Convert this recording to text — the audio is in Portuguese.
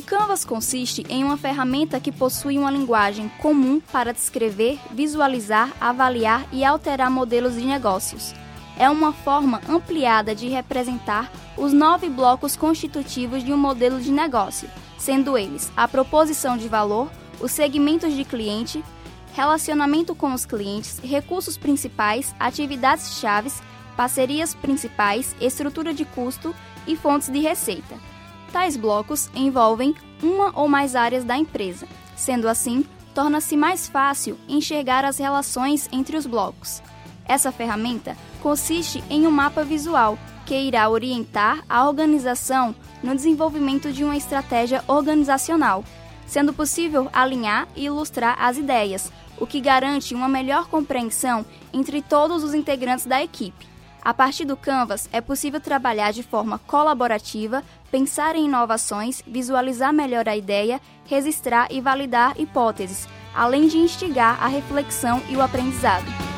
Canvas consiste em uma ferramenta que possui uma linguagem comum para descrever, visualizar, avaliar e alterar modelos de negócios. É uma forma ampliada de representar os 9 blocos constitutivos de um modelo de negócio, sendo eles a proposição de valor, os segmentos de cliente, relacionamento com os clientes, recursos principais, atividades-chaves, parcerias principais, estrutura de custo e fontes de receita. Tais blocos envolvem uma ou mais áreas da empresa. Sendo assim, torna-se mais fácil enxergar as relações entre os blocos. Essa ferramenta consiste em um mapa visual que irá orientar a organização no desenvolvimento de uma estratégia organizacional, sendo possível alinhar e ilustrar as ideias, o que garante uma melhor compreensão entre todos os integrantes da equipe. A partir do Canvas, é possível trabalhar de forma colaborativa, pensar em inovações, visualizar melhor a ideia, registrar e validar hipóteses, além de instigar a reflexão e o aprendizado.